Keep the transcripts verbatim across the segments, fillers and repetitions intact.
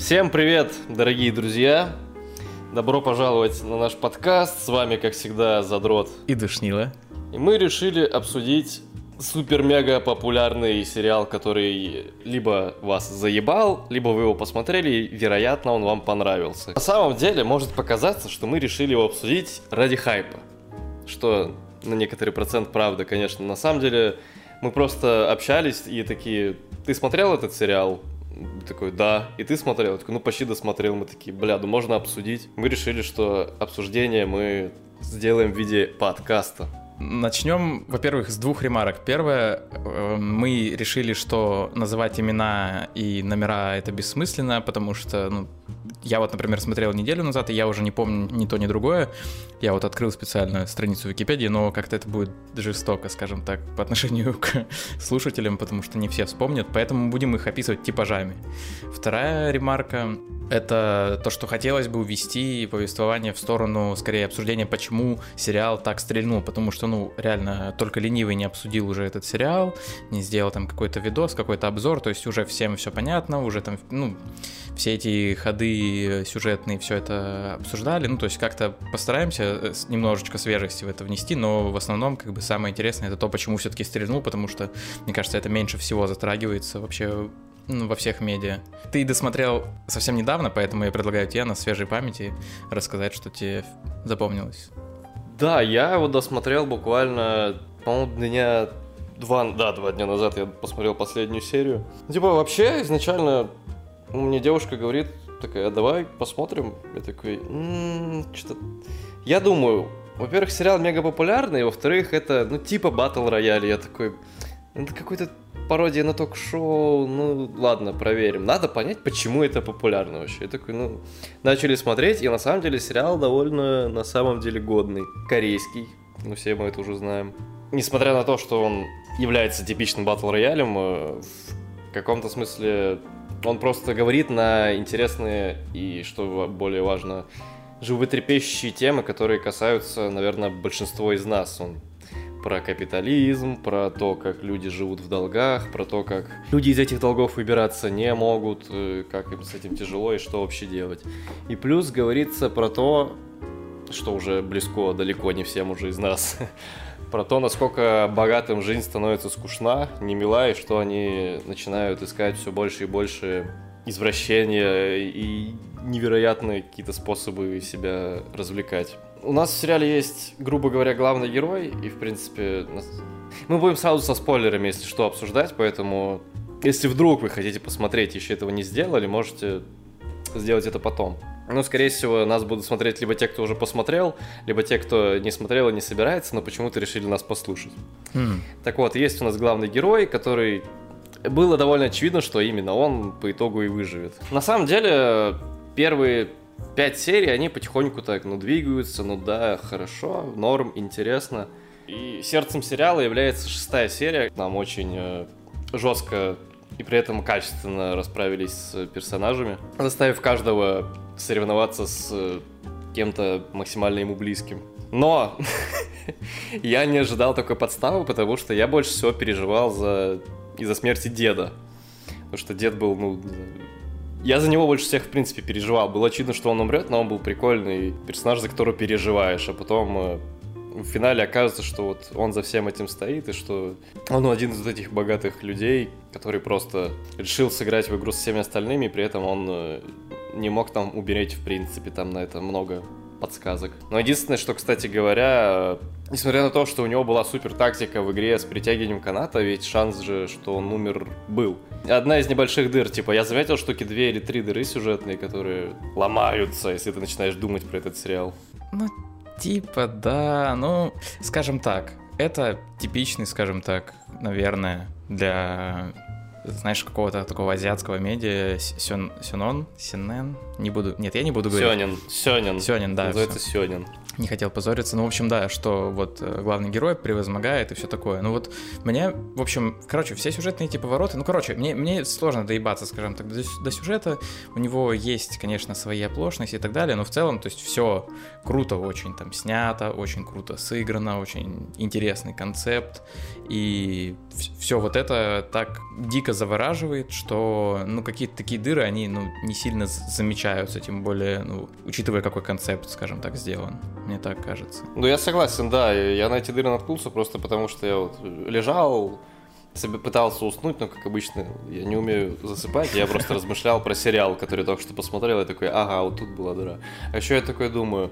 Всем привет, дорогие друзья! Добро пожаловать на наш подкаст. С вами, как всегда, Задрот и Душнила. И мы решили обсудить супер-мега популярный сериал, который либо вас заебал, либо вы его посмотрели, и, вероятно, он вам понравился. На самом деле, может показаться, что мы решили его обсудить ради хайпа. Что на некоторый процент правда, конечно. На самом деле, мы просто общались и такие: ты смотрел этот сериал? Такой, да. И ты смотрел? Я такой, ну почти досмотрел. Мы такие, бля, ну можно обсудить. Мы решили, что обсуждение мы сделаем в виде подкаста. Начнем, во-первых, с двух ремарок. Первое, мы решили, что называть имена и номера — это бессмысленно, потому что, ну, я вот, например, смотрел неделю назад, и я уже не помню ни то, ни другое. Я вот открыл специально страницу Википедии, но как-то это будет жестоко, скажем так, по отношению к слушателям, потому что не все вспомнят, поэтому будем их описывать типажами. Вторая ремарка — это то, что хотелось бы увести повествование в сторону, скорее, обсуждения, почему сериал так стрельнул, потому что, ну, реально, только ленивый не обсудил уже этот сериал, не сделал там какой-то видос, какой-то обзор, то есть уже всем все понятно, уже там, ну, все эти ходы сюжетные, все это обсуждали, ну, то есть как-то постараемся немножечко свежести в это внести, но в основном, как бы, самое интересное — это то, почему все-таки стрельнул, потому что, мне кажется, это меньше всего затрагивается вообще, ну, во всех медиа. Ты досмотрел совсем недавно, поэтому я предлагаю тебе на свежей памяти рассказать, что тебе запомнилось. Да, я его досмотрел буквально, по-моему, дня два, да, два дня назад я посмотрел последнюю серию. Типа, вообще, изначально мне девушка говорит, такая, давай посмотрим. Я такой, м-м, что-то... Я думаю, во-первых, сериал мега популярный, во-вторых, это, ну, типа батл рояль. Я такой, это какой-то пародия на ток-шоу, ну, ладно, проверим. Надо понять, почему это популярно вообще. Я такой, ну, начали смотреть, и на самом деле сериал довольно, на самом деле, годный. Корейский, ну, все мы это уже знаем. Несмотря на то, что он является типичным батл роялем, в каком-то смысле он просто говорит на интересные и, что более важно, животрепещущие темы, которые касаются, наверное, большинства из нас. Он про капитализм, про то, как люди живут в долгах, про то, как люди из этих долгов выбираться не могут, как им с этим тяжело и что вообще делать. И плюс говорится про то, что уже близко, далеко не всем уже из нас, про то, насколько богатым жизнь становится скучна, не мила, и что они начинают искать все больше и больше извращения и невероятные какие-то способы себя развлекать. У нас в сериале есть, грубо говоря, главный герой, и, в принципе, мы будем сразу со спойлерами, если что, обсуждать, поэтому, если вдруг вы хотите посмотреть, еще этого не сделали, можете сделать это потом. Но, скорее всего, нас будут смотреть либо те, кто уже посмотрел, либо те, кто не смотрел и не собирается, но почему-то решили нас послушать. Mm. Так вот, есть у нас главный герой, который... Было довольно очевидно, что именно он по итогу и выживет. На самом деле, первые пять серий, они потихоньку так, ну, двигаются, ну да, хорошо, норм, интересно. И сердцем сериала является шестая серия. Нам очень э, жестко и при этом качественно расправились с персонажами, заставив каждого соревноваться с э, кем-то максимально ему близким. Но я не ожидал такой подставы, потому что я больше всего переживал за... из-за смерти деда. Потому что дед был, ну... Я за него больше всех, в принципе, переживал. Было очевидно, что он умрет, но он был прикольный персонаж, за которого переживаешь. А потом э, в финале оказывается, что вот он за всем этим стоит, и что он один из этих богатых людей, который просто решил сыграть в игру с всеми остальными, и при этом он э, не мог там умереть, в принципе. Там на это много подсказок. Но единственное, что, кстати говоря, несмотря на то, что у него была супер тактика в игре с притягиванием каната, ведь шанс же, что он умер, был. Одна из небольших дыр, типа, я заметил штуки две или три дыры сюжетные, которые ломаются, если ты начинаешь думать про этот сериал. Ну, типа, да, ну, скажем так, это типичный, скажем так, наверное, для... знаешь, какого-то такого азиатского медиа, сён, сёнон, сёнэн, не буду, нет, я не буду говорить. Сёнин, сёнин. Сёнин, да. Называется сёнин. не хотел позориться. Ну, в общем, да, что вот главный герой превозмогает и все такое. Ну вот мне, в общем, короче, все сюжетные эти повороты, ну, короче, мне, мне сложно доебаться, скажем так, до, до сюжета. У него есть, конечно, свои оплошности и так далее, но в целом, то есть все круто очень там снято, очень круто сыграно, очень интересный концепт. И все вот это так дико завораживает, что, ну, какие-то такие дыры, они, ну, не сильно замечаются, тем более, ну, учитывая, какой концепт, скажем так, сделан. Мне так кажется. Ну, я согласен, да. Я на эти дыры наткнулся просто потому, что я вот лежал, себе пытался уснуть, но, как обычно, я не умею засыпать. Я просто размышлял про сериал, который только что посмотрел, и такой, ага, вот тут была дыра. А еще я такой думаю,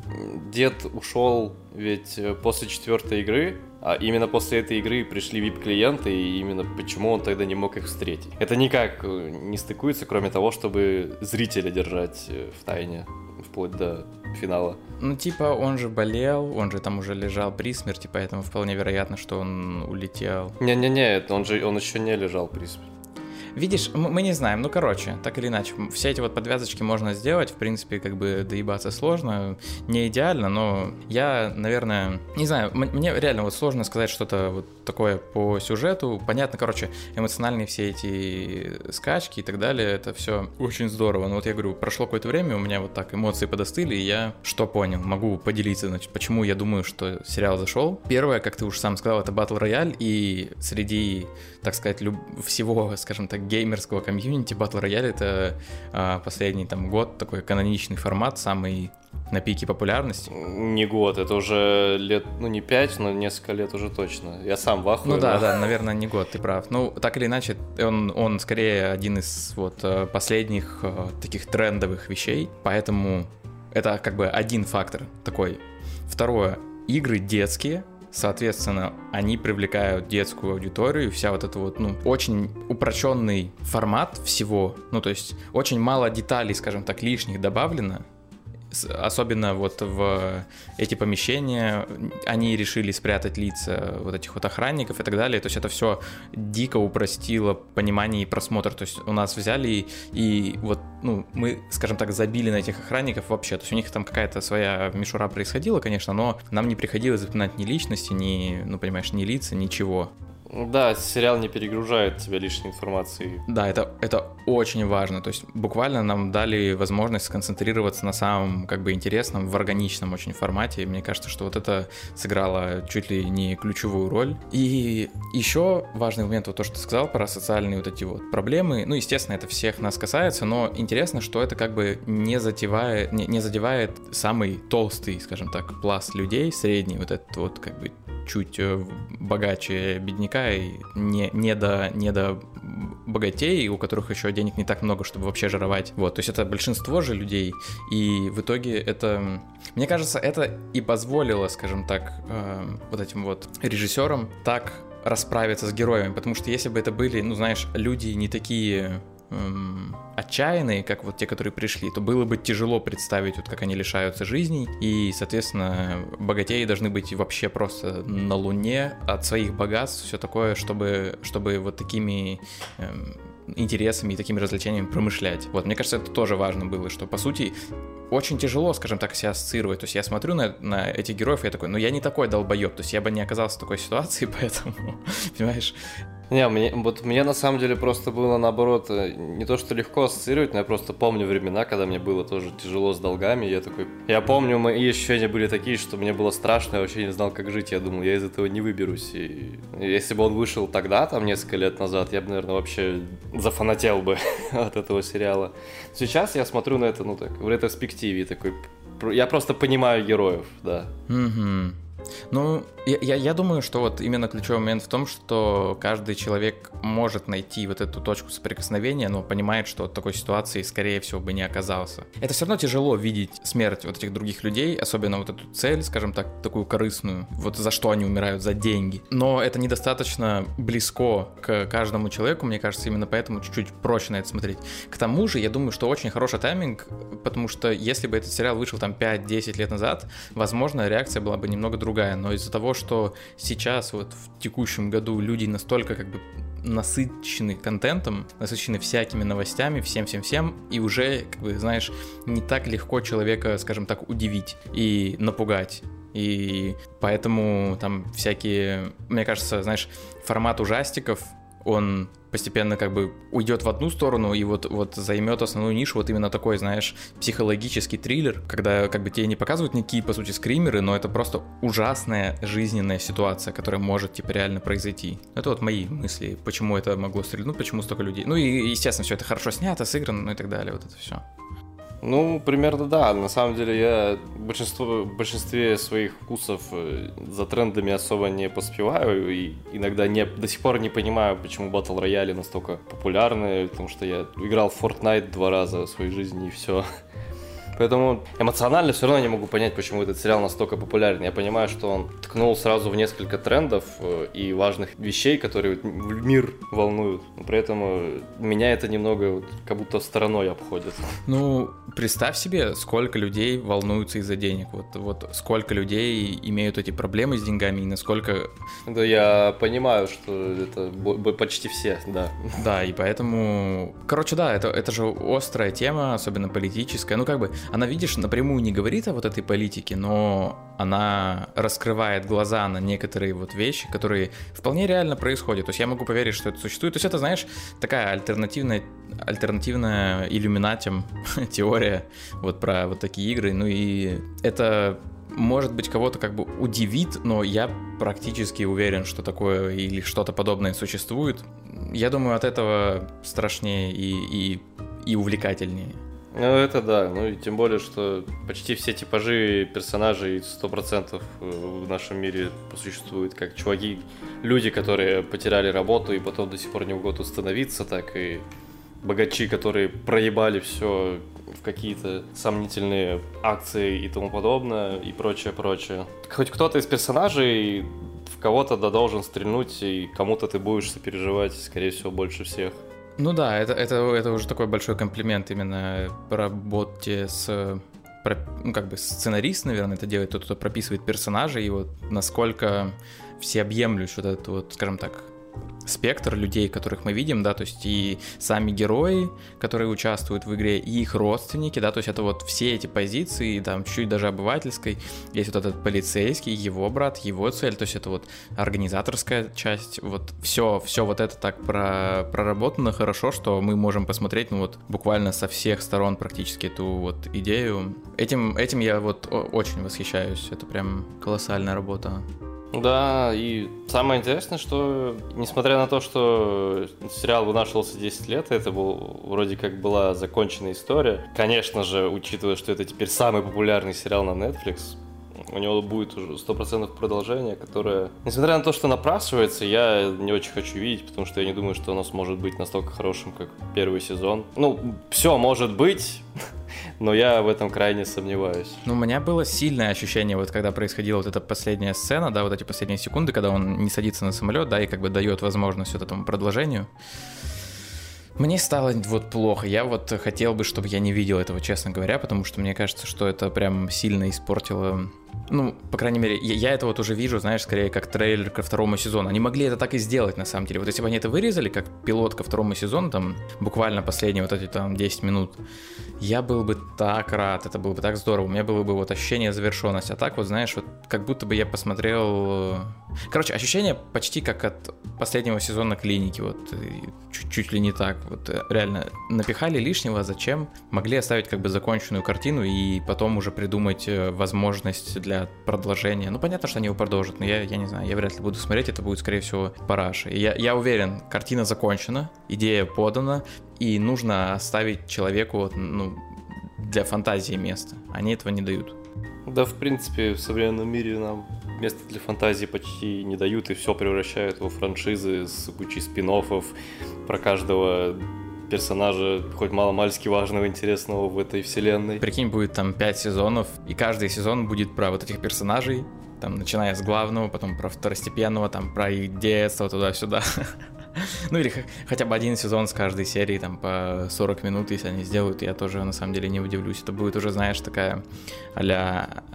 дед ушел ведь после четвертой игры, а именно после этой игры пришли ви ай пи-клиенты, и именно почему он тогда не мог их встретить. Это никак не стыкуется, кроме того, чтобы зрителя держать в тайне вплоть до финала. Ну, типа, он же болел, он же там уже лежал при смерти, поэтому вполне вероятно, что он улетел. Не-не-не, он же он еще не лежал при смерти. Видишь, мы не знаем, ну, короче, так или иначе, все эти вот подвязочки можно сделать, в принципе, как бы доебаться сложно, не идеально, но я, наверное, не знаю, мне реально вот сложно сказать что-то вот такое по сюжету. Понятно, короче, эмоциональные все эти скачки и так далее, это все очень здорово, но вот я говорю, прошло какое-то время, у меня вот так эмоции подостыли, и я что понял, могу поделиться, значит, почему я думаю, что сериал зашел. Первое, как ты уже сам сказал, это Battle Royale, и среди, так сказать, люб... всего, скажем так, геймерского комьюнити Battle Royale — это а, последний там год такой каноничный формат, самый на пике популярности. Не год, это уже лет, ну не пять, но несколько лет уже точно. Я сам в ахуе. Ну да, но... да, наверное, не год, ты прав. Ну, так или иначе, он, он скорее один из вот последних таких трендовых вещей, поэтому это как бы один фактор такой. Второе, игры детские, соответственно, они привлекают детскую аудиторию, вся вот эта вот, ну, очень упрощенный формат всего, ну, то есть очень мало деталей, скажем так, лишних добавлено, особенно вот в эти помещения они решили спрятать лица вот этих вот охранников и так далее, то есть это все дико упростило понимание и просмотр, то есть у нас взяли и, и вот, ну, мы, скажем так, забили на этих охранников вообще, то есть у них там какая-то своя мишура происходила, конечно, но нам не приходилось запоминать ни личности, ни, ну, понимаешь, ни лица, ничего. Да, сериал не перегружает тебя лишней информацией. Да, это, это очень важно. То есть буквально нам дали возможность сконцентрироваться на самом как бы интересном, в органичном очень формате. И мне кажется, что вот это сыграло чуть ли не ключевую роль. И еще важный момент, вот то, что ты сказал про социальные вот эти вот проблемы. Ну, естественно, это всех нас касается, но интересно, что это как бы не задевает, не, не задевает самый толстый, скажем так, пласт людей, средний, вот этот вот как бы чуть богаче бедняка и не, не, до, не до богатей, у которых еще денег не так много, чтобы вообще жировать. Вот, то есть это большинство же людей, и в итоге это, мне кажется, это и позволило, скажем так, э, вот этим вот режиссерам так расправиться с героями, потому что если бы это были, ну, знаешь, люди не такие эм, отчаянные, как вот те, которые пришли, то было бы тяжело представить, вот как они лишаются жизней, и, соответственно, богатеи должны быть вообще просто на Луне от своих богатств, все такое, чтобы, чтобы вот такими эм, интересами и такими развлечениями промышлять. Вот, мне кажется, это тоже важно было, что, по сути, очень тяжело, скажем так, себя ассоциировать. То есть я смотрю на, на этих героев, и я такой, ну я не такой долбоеб, то есть я бы не оказался в такой ситуации, поэтому, понимаешь? Не, мне, вот мне на самом деле просто было наоборот, не то что легко ассоциировать, но я просто помню времена, когда мне было тоже тяжело с долгами, я такой, я помню, мои ощущения были такие, что мне было страшно, я вообще не знал, как жить, я думал, я из этого не выберусь, и если бы он вышел тогда, там, несколько лет назад, я бы, наверное, вообще зафанател бы от этого сериала. Сейчас я смотрю на это, ну так, в ретроспективе, такой, я просто понимаю героев, да. Mm-hmm. Ну, я, я, я думаю, что вот именно ключевой момент в том, что каждый человек может найти вот эту точку соприкосновения, но понимает, что от такой ситуации, скорее всего, бы не оказался. Это все равно тяжело видеть смерть вот этих других людей, особенно вот эту цель, скажем так, такую корыстную, вот за что они умирают, за деньги. Но это недостаточно близко к каждому человеку, мне кажется, именно поэтому чуть-чуть проще на это смотреть. К тому же, я думаю, что очень хороший тайминг, потому что если бы этот сериал вышел там пять-десять лет назад, возможно, реакция была бы немного другая, но из-за того, что сейчас вот в текущем году люди настолько как бы насыщены контентом, насыщены всякими новостями, всем-всем-всем, и уже, как бы, знаешь, не так легко человека, скажем так, удивить и напугать. И поэтому там всякие, мне кажется, знаешь, формат ужастиков, он постепенно как бы уйдет в одну сторону и вот, вот займет основную нишу, вот именно такой, знаешь, психологический триллер, когда как бы тебе не показывают никакие, по сути, скримеры, но это просто ужасная жизненная ситуация, которая может, типа, реально произойти. Это вот мои мысли, почему это могло стрельнуть, почему столько людей. Ну и, естественно, все это хорошо снято, сыграно, ну и так далее, вот это все. Ну, примерно да. На самом деле я большинство, в большинстве своих вкусов за трендами особо не поспеваю и иногда не, до сих пор не понимаю, почему батл рояли настолько популярны, потому что я играл в Fortnite два раза в своей жизни и все. Поэтому эмоционально все равно не могу понять, почему этот сериал настолько популярен. Я понимаю, что он ткнул сразу в несколько трендов и важных вещей, которые мир волнуют. Но при этом меня это немного вот, как будто стороной обходит. Ну, представь себе, сколько людей волнуются из-за денег. Вот, вот сколько людей имеют эти проблемы с деньгами и насколько... Да, я понимаю, что это почти все, да. Да, и поэтому... Короче, да, это, это же острая тема, особенно политическая. Ну, как бы, она, видишь, напрямую не говорит о вот этой политике, но она раскрывает глаза на некоторые вот вещи, которые вполне реально происходят. То есть я могу поверить, что это существует. То есть это, знаешь, такая альтернативная, альтернативная иллюминатим теория вот про вот такие игры. Ну и это... может быть, кого-то как бы удивит, но я практически уверен, что такое или что-то подобное существует. Я думаю, от этого страшнее и, и, и увлекательнее. Ну, это да. Ну, и тем более, что почти все типажи персонажей сто процентов в нашем мире существуют. Как чуваки, люди, которые потеряли работу и потом до сих пор не могут установиться, так и богачи, которые проебали все в какие-то сомнительные акции и тому подобное, и прочее, прочее. Хоть кто-то из персонажей в кого-то да должен стрельнуть, и кому-то ты будешь сопереживать, скорее всего, больше всех. Ну да, это, это, это уже такой большой комплимент именно по работе с... ну, как бы сценарист, наверное, это делает тот, кто прописывает персонажей, и вот насколько всеобъемлющ вот этот вот, скажем так, спектр людей, которых мы видим, да, то есть и сами герои, которые участвуют в игре, и их родственники, да, то есть это вот все эти позиции, там, чуть-чуть даже обывательской, есть вот этот полицейский, его брат, его цель, то есть это вот организаторская часть, вот все, все вот это так про, проработано хорошо, что мы можем посмотреть, ну вот, буквально со всех сторон практически эту вот идею. Этим, этим я вот очень восхищаюсь, это прям колоссальная работа. Да, и самое интересное, что несмотря на то, что сериал вынашивался десять лет, это был, вроде как была законченная история. Конечно же, учитывая, что это теперь самый популярный сериал на Netflix, у него будет уже сто процентов продолжение, которое, несмотря на то, что напрашивается, я не очень хочу видеть, потому что я не думаю, что оно сможет быть настолько хорошим, как первый сезон. Ну, все может быть, но я в этом крайне сомневаюсь. Ну, у меня было сильное ощущение, вот когда происходила вот эта последняя сцена, да, вот эти последние секунды, когда он не садится на самолет, да, и как бы дает возможность вот этому продолжению. Мне стало вот плохо. Я вот хотел бы, чтобы я не видел этого, честно говоря, потому что мне кажется, что это прям сильно испортило... Ну, по крайней мере, я, я это вот уже вижу, знаешь, скорее как трейлер ко второму сезону. Они могли это так и сделать, на самом деле. Вот если бы они это вырезали, как пилот ко второму сезону, там, буквально последние вот эти там десять минут, я был бы так рад, это было бы так здорово. У меня было бы вот ощущение завершенности. А так вот, знаешь, вот как будто бы я посмотрел... Короче, ощущение почти как от последнего сезона «Клиники», вот, чуть-чуть ли не так. Вот реально напихали лишнего, зачем? Могли оставить как бы законченную картину и потом уже придумать возможность для продолжения. Ну, понятно, что они его продолжат, но я, я не знаю, я вряд ли буду смотреть, это будет, скорее всего, параша. И я, я уверен, картина закончена, идея подана, и нужно оставить человеку, ну, для фантазии место. Они этого не дают. Да, в принципе, в современном мире нам места для фантазии почти не дают, и все превращают во франшизы с кучей спин-оффов про каждого персонажа, хоть мало-мальски важного, интересного в этой вселенной. Прикинь, будет там пять сезонов, и каждый сезон будет про вот этих персонажей, там, начиная с главного, потом про второстепенного, там, про их детство, туда-сюда. Ну или хотя бы один сезон с каждой серии, там, по сорок минут, если они сделают, я тоже, на самом деле, не удивлюсь. Это будет уже, знаешь, такая а-ля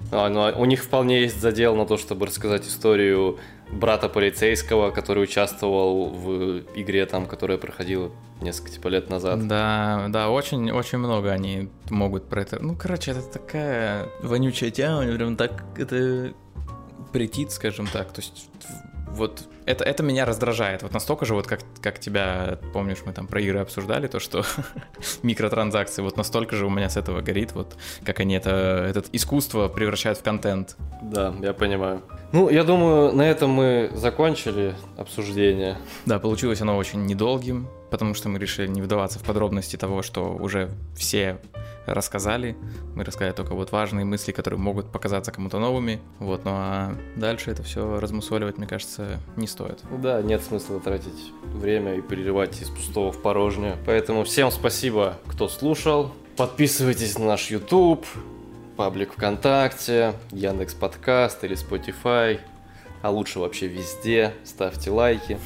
А, ну, а у них вполне есть задел на то, чтобы рассказать историю брата полицейского, который участвовал в игре, там, которая проходила несколько типа лет назад. Да, да, очень, очень много они могут про это. Ну, короче, это такая вонючая тема, мне прям так это претит, скажем так. То есть вот это, это меня раздражает. Вот настолько же, вот как, как тебя, помнишь, мы там про игры обсуждали, то, что микротранзакции, вот настолько же у меня с этого горит, вот как они это, это искусство превращают в контент. Да, я понимаю. Ну, я думаю, на этом мы закончили обсуждение. Да, получилось оно очень недолгим, потому что мы решили не вдаваться в подробности того, что уже все рассказали. Мы рассказали только вот важные мысли, которые могут показаться кому-то новыми. Вот, ну а дальше это все размусоливать, мне кажется, не стоит. Да, нет смысла тратить время и переливать из пустого в порожнее. Поэтому всем спасибо, кто слушал. Подписывайтесь на наш YouTube, паблик ВКонтакте, Яндекс.Подкаст или Spotify. А лучше вообще везде. Ставьте лайки.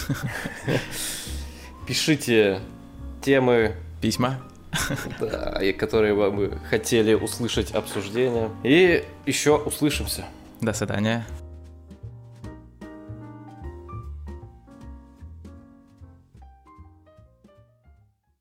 Пишите темы. Письма. Да, и которые вы хотели услышать обсуждение. И еще услышимся. До свидания.